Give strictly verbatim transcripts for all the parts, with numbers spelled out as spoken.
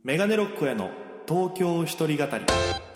メガネロックへの東京一人語り。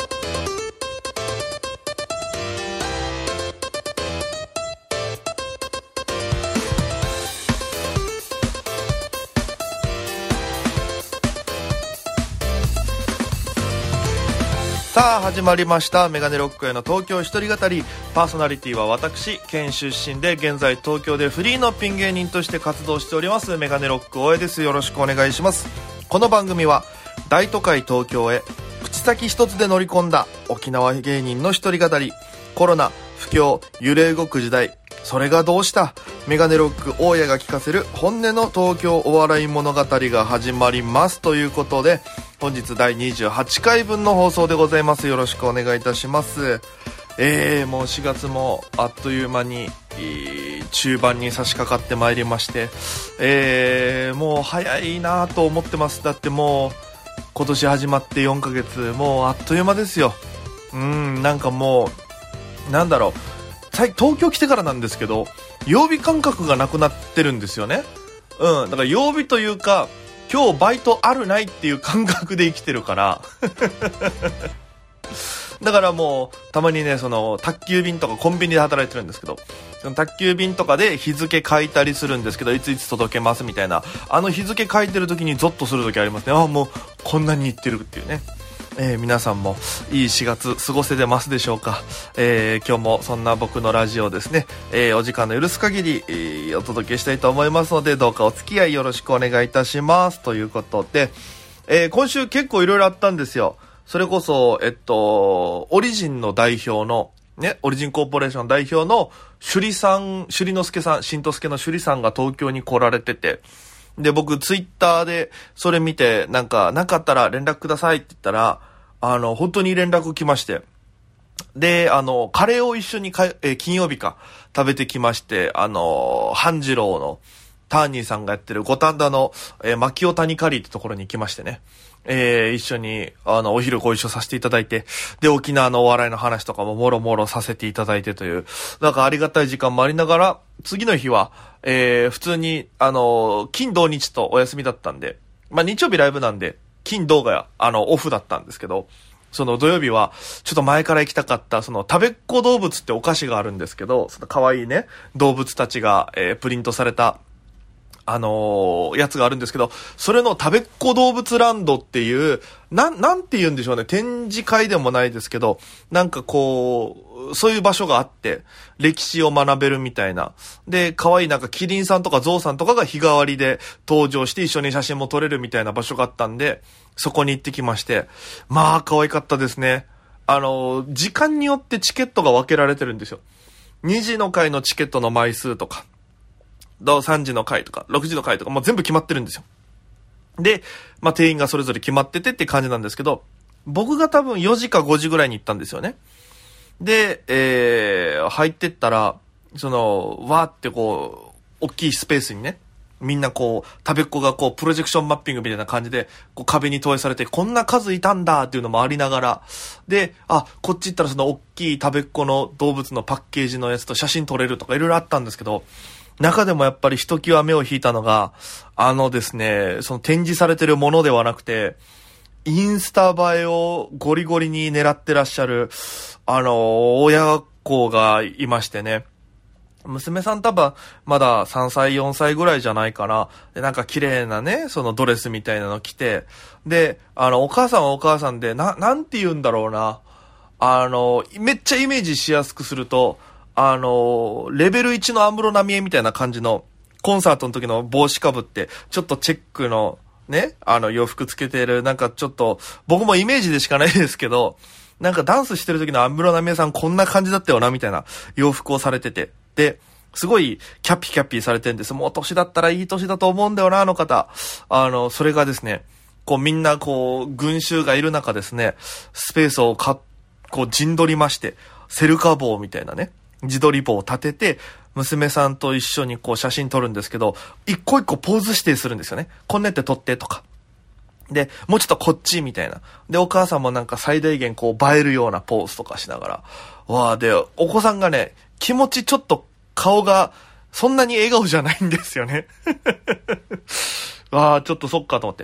さあ始まりましたメガネロックへの東京一人語り。パーソナリティは私、県出身で現在東京でフリーのピン芸人として活動しておりますメガネロック大江です。よろしくお願いします。この番組は大都会東京へ口先一つで乗り込んだ沖縄芸人の一人語り。コロナ、不況、揺れ動く時代、それがどうした、メガネロック大家が聞かせる本音の東京お笑い物語が始まりますということで、本日だいにじゅうはちかいぶんの放送でございます。よろしくお願いいたします。えー、もうしがつもあっという間に中盤に差し掛かってまいりまして、えー、もう早いなと思ってます。だってもう今年始まってよんかげつ、もうあっという間ですよ。うん、なんかもうなんだろう、東京来てからなんですけど、曜日感覚がなくなってるんですよね。うん、だから曜日というか今日バイトあるないっていう感覚で生きてるからだからもうたまにね、その宅急便とかコンビニで働いてるんですけど、その宅急便とかで日付書いたりするんですけど、いついつ届けますみたいな、あの日付書いてる時にゾッとする時ありますね。ああ、もうこんなに行ってるっていうね。えー、皆さんもいいしがつ過ごせてますでしょうか。えー、今日もそんな僕のラジオですね、えー、お時間の許す限り、えー、お届けしたいと思いますので、どうかお付き合いよろしくお願いいたしますということで、えー、今週結構いろいろあったんですよ。それこそえっとオリジンの代表のね、オリジンコーポレーション代表の首里さん、首里之助さん、新之助の首里さんが東京に来られてて、で僕ツイッターでそれ見て、なんかなかったら連絡くださいって言ったら、あの本当に連絡来まして、であのカレーを一緒にか、えー、金曜日か食べてきまして、あの半次郎のターニーさんがやってる五反田の、えー、牧尾谷カリーってところに行きましてね、えー、一緒にあのお昼ご一緒させていただいて、で沖縄のお笑いの話とかももろもろさせていただいてという、なんかありがたい時間もありながら、次の日は、えー、普通にあの金土日とお休みだったんで、まあ日曜日ライブなんで金土があのオフだったんですけど、その土曜日はちょっと前から行きたかったその食べっ子動物ってお菓子があるんですけど、その可愛いね動物たちが、えー、プリントされたあのー、やつがあるんですけど、それの食べっ子動物ランドっていう、なん、なんて言うんでしょうね。展示会でもないですけど、なんかこう、そういう場所があって、歴史を学べるみたいな。で、可愛いなんかキリンさんとかゾウさんとかが日替わりで登場して一緒に写真も撮れるみたいな場所があったんで、そこに行ってきまして、まあ可愛かったですね。あのー、時間によってチケットが分けられてるんですよ。にじの回のチケットの枚数とか。さんじの回とかろくじの回とかもう全部決まってるんですよ。で、まあ、定員がそれぞれ決まっててって感じなんですけど、僕が多分よじかごじぐらいに行ったんですよね。で、えー、入ってったら、そのわーってこう大きいスペースにね、みんなこう食べっ子がこうプロジェクションマッピングみたいな感じでこう壁に投影されて、こんな数いたんだっていうのもありながら、で、あ、こっち行ったらその大きい食べっ子の動物のパッケージのやつと写真撮れるとかいろいろあったんですけど、中でもやっぱりひときわ目を引いたのが、あのですね、その展示されてるものではなくて、インスタ映えをゴリゴリに狙ってらっしゃる、あの、親子がいましてね。娘さん多分まださんさいよんさいぐらいじゃないかな。で、なんか綺麗なね、そのドレスみたいなの着て、で、あの、お母さんはお母さんで、な、なんて言うんだろうな。あの、めっちゃイメージしやすくすると、あのレベルいちの安室奈美恵みたいな感じのコンサートの時の帽子かぶってちょっとチェックのね、あの洋服つけてる、なんかちょっと僕もイメージでしかないですけど、なんかダンスしてる時の安室奈美恵さんこんな感じだったよなみたいな洋服をされてて、ですごいキャッピキャッピされてるんです。もう年だったらいい年だと思うんだよな、あの方。あのそれがですね、こうみんなこう群衆がいる中ですね、スペースをかこう陣取りまして、セルカ棒みたいなね、自撮り棒を立てて娘さんと一緒にこう写真撮るんですけど、一個一個ポーズ指定するんですよね。こんなやって撮ってとかで、もうちょっとこっちみたいなで、お母さんもなんか最大限こう映えるようなポーズとかしながら、わー、でお子さんがね、気持ちちょっと顔がそんなに笑顔じゃないんですよねわー、ちょっとそっかと思って、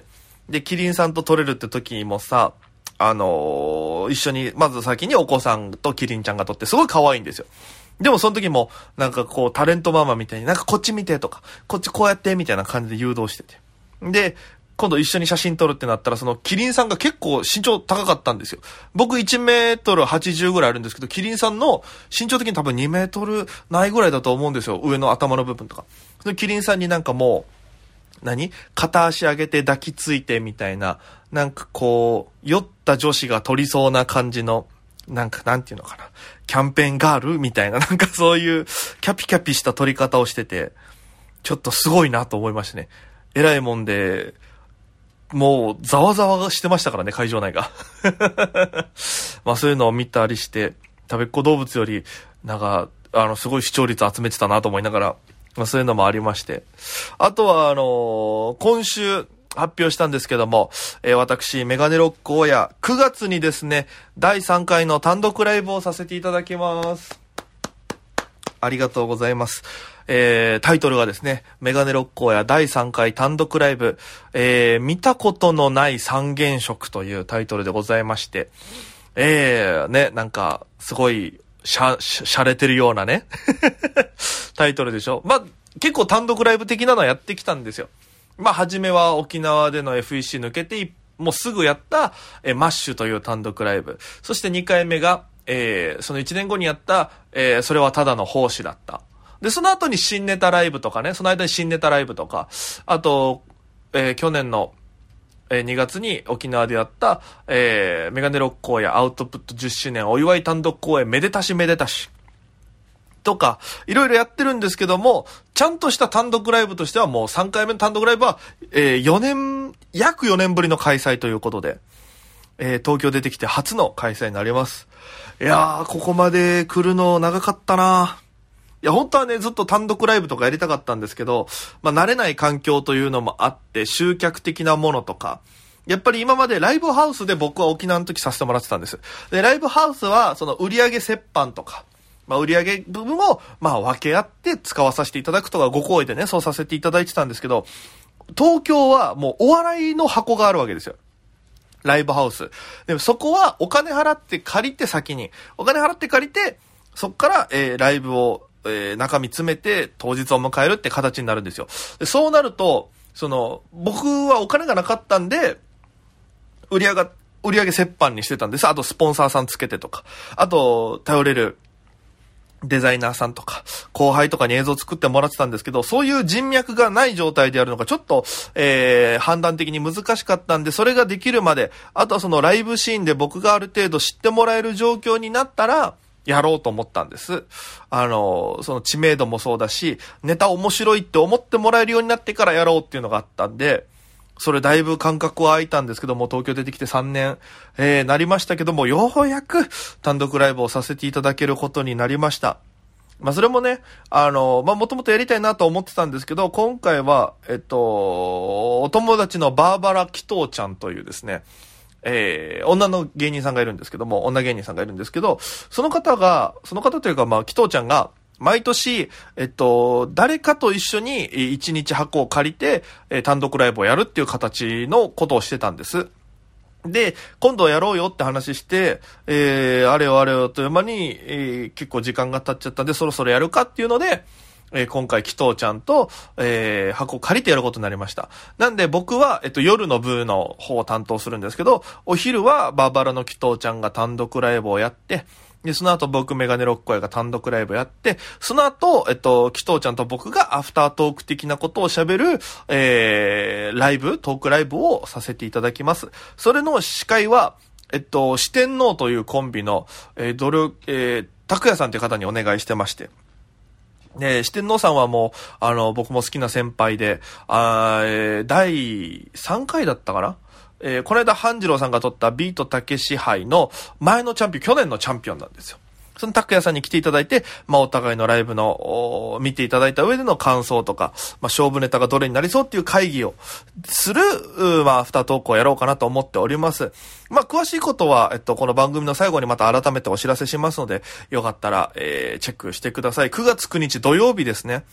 で、キリンさんと撮れるって時もさ、あのー、一緒に、まず先にお子さんとキリンちゃんが撮って、すごい可愛いんですよ。でもその時も、なんかこう、タレントママみたいに、なんかこっち見てとか、こっちこうやって、みたいな感じで誘導してて。で、今度一緒に写真撮るってなったら、そのキリンさんが結構身長高かったんですよ。僕いちメートルはちじゅうぐらいあるんですけど、キリンさんの身長的に多分にメートルないぐらいだと思うんですよ。上の頭の部分とか。そのキリンさんになんかもう、何？片足上げて抱きついてみたいな、なんかこう、酔った女子が撮りそうな感じの、なんかなんていうのかな。キャンペーンガールみたいな、なんかそういうキャピキャピした撮り方をしてて、ちょっとすごいなと思いましたね。えらいもんで、もうざわざわしてましたからね、会場内が。まあそういうのを見たりして、食べっ子動物より、なんか、あの、すごい視聴率集めてたなと思いながら、まあそういうのもありまして。あとは、あのー、今週発表したんですけども、えー、私、メガネロック大家、くがつにですね、だいさんかいの単独ライブをさせていただきます。ありがとうございます。えー、タイトルがですね、メガネロック大家だいさんかい単独ライブ、えー、見たことのない三原色というタイトルでございまして、えー、ね、なんか、すごい、しゃ、しゃ、しゃれてるようなね、タイトルでしょ。まあ、結構単独ライブ的なのはやってきたんですよ。まあ、初めは沖縄での エフイーシー 抜けて、もうすぐやった、えー、マッシュという単独ライブ。そしてにかいめが、えー、そのいちねんごにやった、えー、それはただの奉仕だった。で、その後に新ネタライブとかね、その間に新ネタライブとか、あと、えー、去年の、えー、にがつに沖縄でやった、えー、メガネロック公演アウトプットじゅっしゅうねんお祝い単独公演めでたしめでたしとか、いろいろやってるんですけども、ちゃんとした単独ライブとしてはもうさんかいめの単独ライブは、えー、よねん、約よねんぶりの開催ということで、えー、東京出てきて初の開催になります。いやー、ここまで来るの長かったないや、本当はね、ずっと単独ライブとかやりたかったんですけど、まあ、慣れない環境というのもあって、集客的なものとか、やっぱり今までライブハウスで僕は沖縄の時させてもらってたんです。で、ライブハウスは、その売上折半とか、まあ、売上部分を、まあ、分け合って使わさせていただくとか、ご好意でね、そうさせていただいてたんですけど、東京はもうお笑いの箱があるわけですよ。ライブハウス。でもそこはお金払って借りて先に、お金払って借りて、そっから、えー、ライブを、えー、中身詰めて当日を迎えるって形になるんですよ。でそうなると、その、僕はお金がなかったんで、売り上が、売り上げ折半にしてたんです。あとスポンサーさんつけてとか、あと頼れるデザイナーさんとか、後輩とかに映像作ってもらってたんですけど、そういう人脈がない状態でやるのがちょっと、えー、判断的に難しかったんで、それができるまで、あとはそのライブシーンで僕がある程度知ってもらえる状況になったら、やろうと思ったんです。あの、その知名度もそうだし、ネタ面白いって思ってもらえるようになってからやろうっていうのがあったんで、それだいぶ間隔は空いたんですけども、東京出てきてさんねん、えー、なりましたけども、ようやく単独ライブをさせていただけることになりました。まあ、それもね、あの、まあ、もともとやりたいなと思ってたんですけど、今回は、えっと、お友達のバーバラ・キトーちゃんというですね、えー、女の芸人さんがいるんですけども、女芸人さんがいるんですけど、その方が、その方というか、まあ、キトーちゃんが、毎年、えっと、誰かと一緒に一日箱を借りて、えー、単独ライブをやるっていう形のことをしてたんです。で、今度やろうよって話して、えー、あれよあれよという間に、えー、結構時間が経っちゃったんで、そろそろやるかっていうので、えー、今回、キトーちゃんと、えー、箱を借りてやることになりました。なんで僕は、えっと、夜の部の方を担当するんですけど、お昼はバーバラのキトーちゃんが単独ライブをやって、で、その後僕メガネロック声が単独ライブやって、その後、えっと、キトーちゃんと僕がアフタートーク的なことを喋る、えー、ライブ、トークライブをさせていただきます。それの司会は、えっと、四天王というコンビの、えー、努力、えー、拓也さんという方にお願いしてまして、で、四天王さんはもう、あの、僕も好きな先輩で、あえー、だいさんかいだったかなえー、この間、半次郎さんが取ったビートたけし杯の前のチャンピオン、去年のチャンピオンなんですよ。その拓也さんに来ていただいて、まあ、お互いのライブの、見ていただいた上での感想とか、まあ、勝負ネタがどれになりそうっていう会議をする、まあ、アフタートークをやろうかなと思っております。まあ、詳しいことは、えっと、この番組の最後にまた改めてお知らせしますので、よかったら、えー、チェックしてください。くがつくにち土曜日ですね。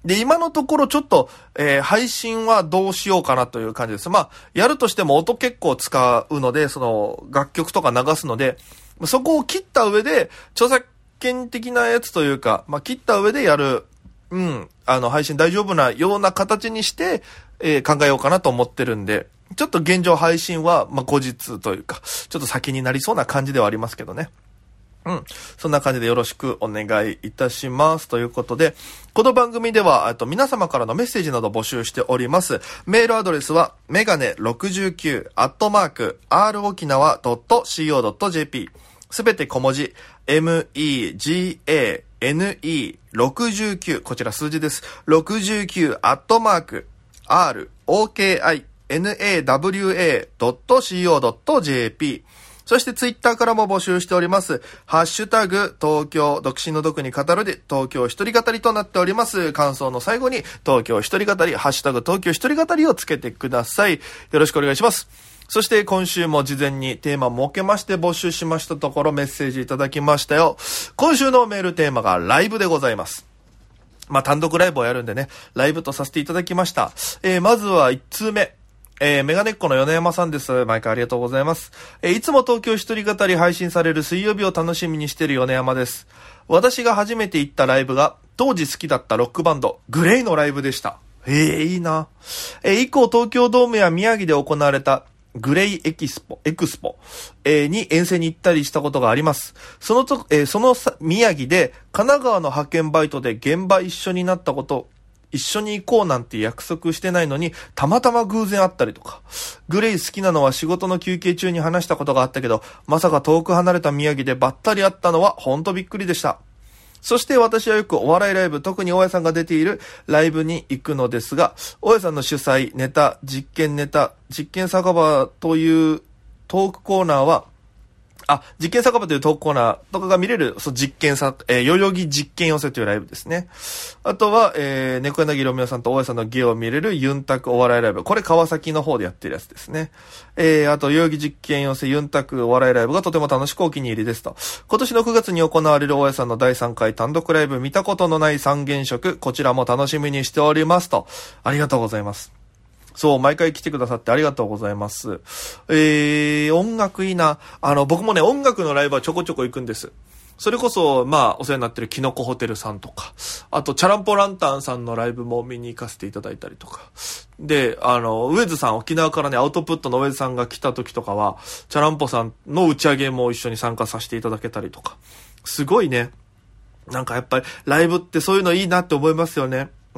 で、今のところちょっと、えー、配信はどうしようかなという感じです。まあ、やるとしても音結構使うので、その、楽曲とか流すので、そこを切った上で、著作権的なやつというか、まあ、切った上でやる、うん、あの、配信大丈夫なような形にして、えー、考えようかなと思ってるんで、ちょっと現状配信は、まあ、後日というか、ちょっと先になりそうな感じではありますけどね。うん。そんな感じでよろしくお願いいたします。ということで、この番組では、あと皆様からのメッセージなど募集しております。メールアドレスは、メガネろくじゅうきゅう、アットマーク、アールオキナワドットシーオードットジェーピー。すべて小文字、メガネろくじゅうきゅう、こちら数字です。ろくじゅうきゅう、アットマーク、アールオーケーアイエヌエーダブリューエードットシーオードットジェーピー。そしてツイッターからも募集しております。ハッシュタグ、東京、独身の独に語るで、東京一人語りとなっております。感想の最後に、東京一人語り、ハッシュタグ、東京一人語りをつけてください。よろしくお願いします。そして今週も事前にテーマを設けまして募集しましたところメッセージいただきましたよ。今週のメールテーマがライブでございます。まあ単独ライブをやるんでね、ライブとさせていただきました。えー、まずはいち通目。えー、メガネっ子の米山さんです。毎回ありがとうございます。えー、いつも東京一人語り配信される水曜日を楽しみにしている米山です。私が初めて行ったライブが当時好きだったロックバンドグレイのライブでした。えー、いいな。えー、以降東京ドームや宮城で行われたグレイエキスポ、エクスポ、えー、に遠征に行ったりしたことがあります。そのと、えー、その宮城で神奈川の派遣バイトで現場一緒になったこと、一緒に行こうなんて約束してないのにたまたま偶然会ったりとか、グレイ好きなのは仕事の休憩中に話したことがあったけど、まさか遠く離れた宮城でばったり会ったのはほんとびっくりでした。そして私はよくお笑いライブ、特に大家さんが出ているライブに行くのですが、大家さんの主催、ネタ、実験ネタ、実験酒場というトークコーナーは、あ、実験酒場というトークコーナーとかが見れる、そう、実験さ、えー、代々木実験寄せというライブですね。あとは、えー、猫柳ロミオさんと大家さんの芸を見れるユンタクお笑いライブ。これ川崎の方でやってるやつですね。えー、あと、代々木実験寄せユンタクお笑いライブがとても楽しくお気に入りですと。今年のくがつに行われる大家さんのだいさんかい単独ライブ、見たことのない三原色。こちらも楽しみにしておりますと。ありがとうございます。そう、毎回来てくださってありがとうございます。えー、音楽いいな。あの、僕もね、音楽のライブはちょこちょこ行くんです。それこそ、まあ、お世話になってるキノコホテルさんとか、あと、チャランポランタンさんのライブも見に行かせていただいたりとか。で、あの、ウェズさん、沖縄からね、アウトプットのウェズさんが来た時とかは、チャランポさんの打ち上げも一緒に参加させていただけたりとか。すごいね。なんかやっぱり、ライブってそういうのいいなって思いますよね。うん、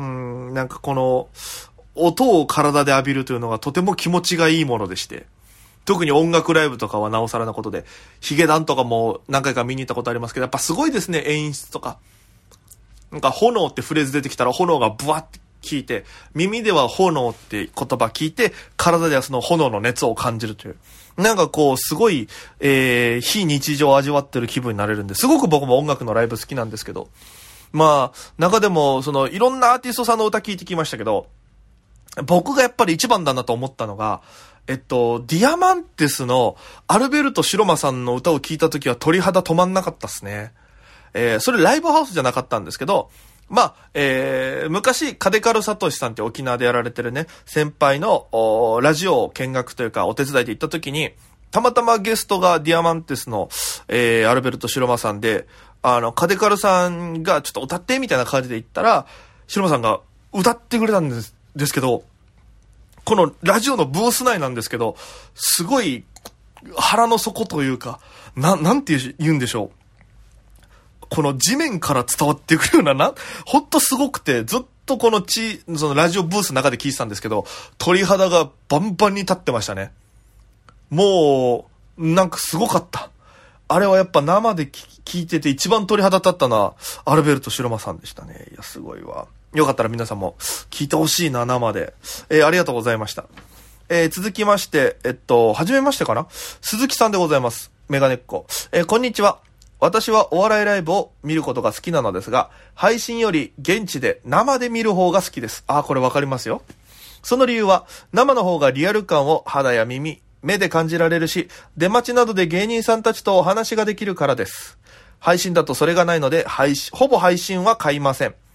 なんかこの、音を体で浴びるというのがとても気持ちがいいものでして、特に音楽ライブとかはなおさらなことで、ヒゲダンとかも何回か見に行ったことありますけど、やっぱすごいですね、演出とか。なんか炎ってフレーズ出てきたら炎がブワッて聞いて、耳では炎って言葉聞いて、体ではその炎の熱を感じるという。なんかこう、すごい、えー、非日常を味わってる気分になれるんで、すごく僕も音楽のライブ好きなんですけど、まあ、中でも、その、いろんなアーティストさんの歌聞いてきましたけど、僕がやっぱり一番だなと思ったのが、えっと、ディアマンテスのアルベルト・シロマさんの歌を聴いたときは鳥肌止まんなかったっすね。えー、それライブハウスじゃなかったんですけど、まあ、えー、昔、カデカルサトシさんって沖縄でやられてるね、先輩のラジオ見学というかお手伝いで行ったときに、たまたまゲストがディアマンテスの、えー、アルベルト・シロマさんで、あの、カデカルさんがちょっと歌ってみたいな感じで言ったら、シロマさんが歌ってくれたんです。ですけど、このラジオのブース内なんですけど、すごい腹の底というか、な、なんて言うんでしょう。この地面から伝わってくるような、な、ほんとすごくて、ずっとこのち、そのラジオブースの中で聞いてたんですけど、鳥肌がバンバンに立ってましたね。もう、なんかすごかった。あれはやっぱ生で聞いてて一番鳥肌立ったのは、アルベルト・シロマさんでしたね。いや、すごいわ。よかったら皆さんも聞いてほしいな、生で。えー、ありがとうございました。えー、続きまして、えっと、はじめましてかな？鈴木さんでございます。メガネっ子。えー、こんにちは。私はお笑いライブを見ることが好きなのですが、配信より現地で生で見る方が好きです。あー、これわかりますよ。その理由は、生の方がリアル感を肌や耳、目で感じられるし、出待ちなどで芸人さんたちとお話ができるからです。配信だとそれがないので、配信、ほぼ配信は買いません。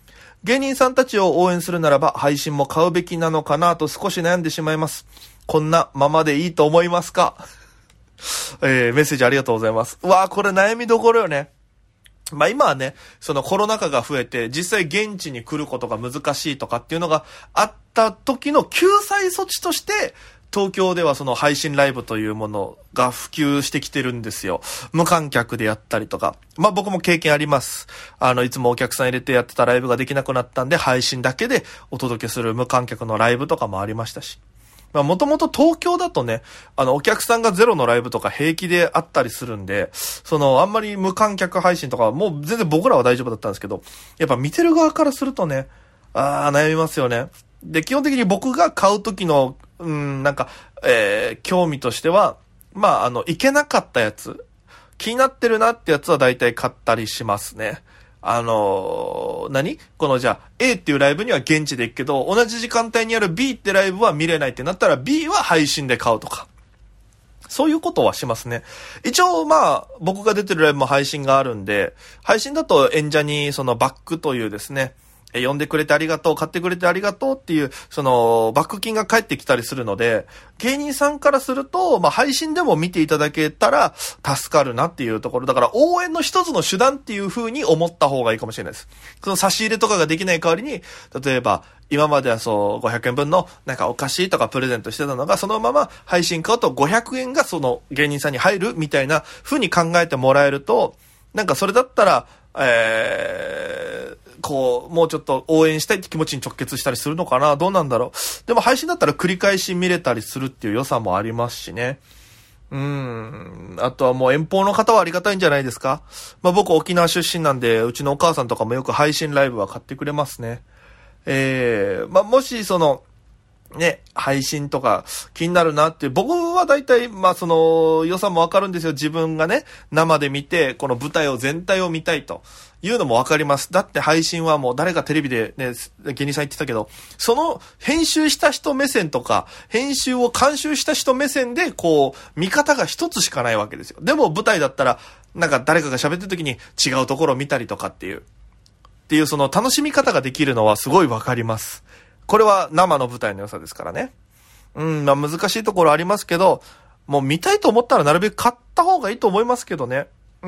芸人さんたちを応援するならば配信も買うべきなのかなと少し悩んでしまいます。こんなままでいいと思いますか？えー、メッセージありがとうございます。うわー、これ悩みどころよね。まあ今はね、そのコロナ禍が増えて、実際現地に来ることが難しいとかっていうのがあった時の救済措置として、東京ではその配信ライブというものが普及してきてるんですよ。無観客でやったりとか。まあ僕も経験あります。あの、いつもお客さん入れてやってたライブができなくなったんで、配信だけでお届けする無観客のライブとかもありましたし。まあもともと東京だとね、あのお客さんがゼロのライブとか平気であったりするんで、そのあんまり無観客配信とかはもう全然僕らは大丈夫だったんですけど、やっぱ見てる側からするとね、あー悩みますよね。で、基本的に僕が買う時の、うん、なんか、えー、興味としては、まああの、いけなかったやつ、気になってるなってやつは大体買ったりしますね。あのー、何このじゃあ A っていうライブには現地で行くけど、同じ時間帯にある B ってライブは見れないってなったら B は配信で買うとか。そういうことはしますね。一応まあ僕が出てるライブも配信があるんで、配信だと演者にそのバックというですね、呼んでくれてありがとう、買ってくれてありがとうっていう、その、バック金が返ってきたりするので、芸人さんからすると、まあ、配信でも見ていただけたら、助かるなっていうところ。だから、応援の一つの手段っていう風に思った方がいいかもしれないです。その差し入れとかができない代わりに、例えば、今まではそう、ごひゃくえんぶんの、なんかお菓子とかプレゼントしてたのが、そのまま配信買うとごひゃくえんがその芸人さんに入るみたいな風に考えてもらえると、なんかそれだったら、えー、こう、もうちょっと応援したいって気持ちに直結したりするのかな？どうなんだろう。でも配信だったら繰り返し見れたりするっていう良さもありますしね。うーん。あとはもう遠方の方はありがたいんじゃないですか？まあ僕沖縄出身なんで、うちのお母さんとかもよく配信ライブは買ってくれますね。えー、まあもしその、ね、配信とか気になるなって、僕は大体、まあその良さもわかるんですよ。自分がね、生で見て、この舞台を全体を見たいというのもわかります。だって配信はもう誰がテレビでね、芸人さん言ってたけど、その編集した人目線とか、編集を監修した人目線で、こう、見方が一つしかないわけですよ。でも舞台だったら、なんか誰かが喋ってる時に違うところを見たりとかっていう、っていうその楽しみ方ができるのはすごいわかります。これは生の舞台の良さですからね。うん、まあ難しいところありますけど、もう見たいと思ったらなるべく買った方がいいと思いますけどね。うん、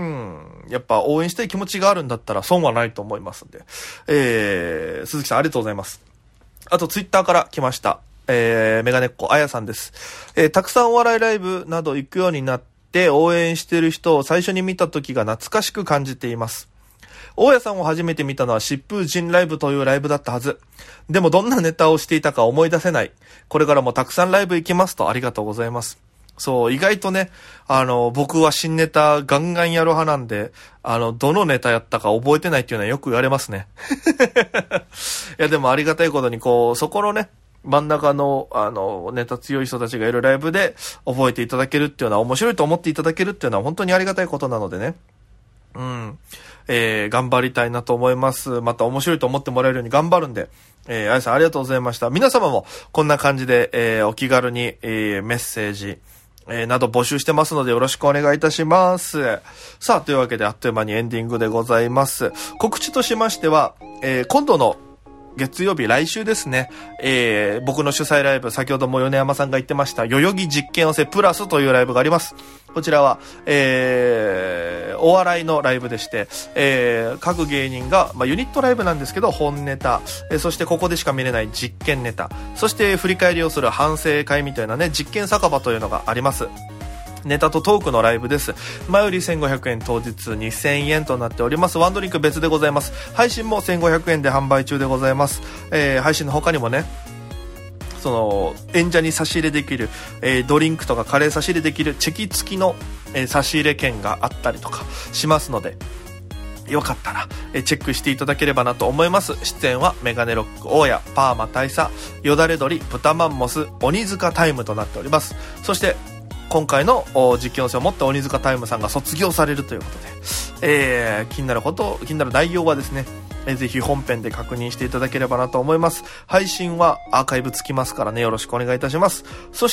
やっぱ応援したい気持ちがあるんだったら損はないと思いますんで。えー、鈴木さんありがとうございます。あとツイッターから来ました。えー、メガネっ子あやさんです。えー、たくさんお笑いライブなど行くようになって応援してる人を最初に見た時が懐かしく感じています。大家さんを初めて見たのは疾風陣ライブというライブだったはず。でもどんなネタをしていたか思い出せない。これからもたくさんライブ行きますとありがとうございます。そう、意外とね、あの、僕は新ネタガンガンやる派なんで、あの、どのネタやったか覚えてないっていうのはよく言われますね。いや、でもありがたいことに、こう、そこのね、真ん中の、あの、ネタ強い人たちがいるライブで覚えていただけるっていうのは、面白いと思っていただけるっていうのは本当にありがたいことなのでね。うん。えー、頑張りたいなと思います。また面白いと思ってもらえるように頑張るんで、えー、あやさんありがとうございました。皆様もこんな感じで、えー、お気軽に、えー、メッセージ、えー、など募集してますのでよろしくお願いいたします。さあ、というわけであっという間にエンディングでございます。告知としましては、えー、今度の月曜日、来週ですね、えー、僕の主催ライブ、先ほども米山さんが言ってました、代々木実験寄せプラスというライブがあります。こちらは、えー、お笑いのライブでして、えー、各芸人が、まあ、ユニットライブなんですけど、本ネタ、えー、そしてここでしか見れない実験ネタ、そして振り返りをする反省会みたいなね、実験酒場というのがあります。ネタとトークのライブです。前売りせんごひゃくえん、当日にせんえんとなっております。ワンドリンク別でございます。配信もせんごひゃくえんで販売中でございます。えー、配信の他にもね、その演者に差し入れできる、えー、ドリンクとかカレー差し入れできるチェキ付きの、えー、差し入れ券があったりとかしますので、よかったら、えー、チェックしていただければなと思います。出演はメガネロック大家、パーマ大佐、よだれ鶏、豚マンモス、鬼塚タイムとなっております。そして今回の実況性を持った鬼塚タイムさんが卒業されるということで、えー、気になること気になる内容はですね、えー、ぜひ本編で確認していただければなと思います。配信はアーカイブつきますからね、よろしくお願いいたします。そして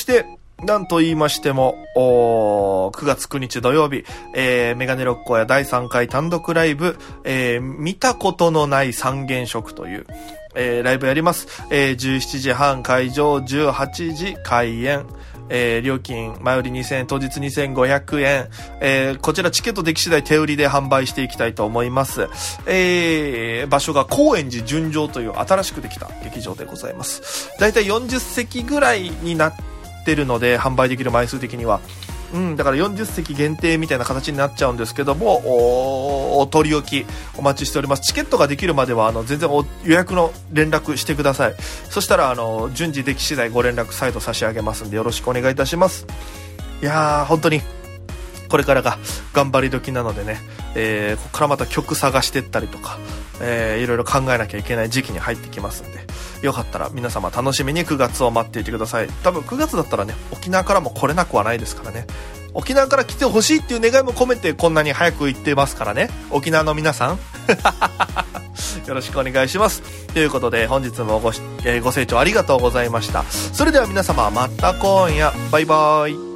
なんと言いましても、くがつくにち土曜日、えー、メガネロックやだいさんかい単独ライブ、えー、見たことのない三原色という、えー、ライブやります。えー、じゅうしちじはん会場、じゅうはちじ開演。えー、料金、前売りにせんえん、当日にせんごひゃくえん。えー、こちらチケットでき次第手売りで販売していきたいと思います。えー、場所が高円寺純情という新しくできた劇場でございます。だいたいよんじゅっせきぐらいになってるので、販売できる枚数的には。うん、だからよんじゅっせき限定みたいな形になっちゃうんですけども、お, お取り置きお待ちしております。チケットができるまではあの全然お予約の連絡してください。そしたらあの順次でき次第ご連絡再度差し上げますんでよろしくお願いいたします。いやー本当にこれからが頑張り時なのでね、えー、ここからまた曲探してったりとか、えー、いろいろ考えなきゃいけない時期に入ってきますんで、よかったら皆様楽しみにくがつを待っていてください。多分くがつだったらね、沖縄からも来れなくはないですからね。沖縄から来てほしいっていう願いも込めてこんなに早く行ってますからね、沖縄の皆さんよろしくお願いします。ということで本日も ご, えー、ご清聴ありがとうございました。それでは皆様また今夜、バイバイ。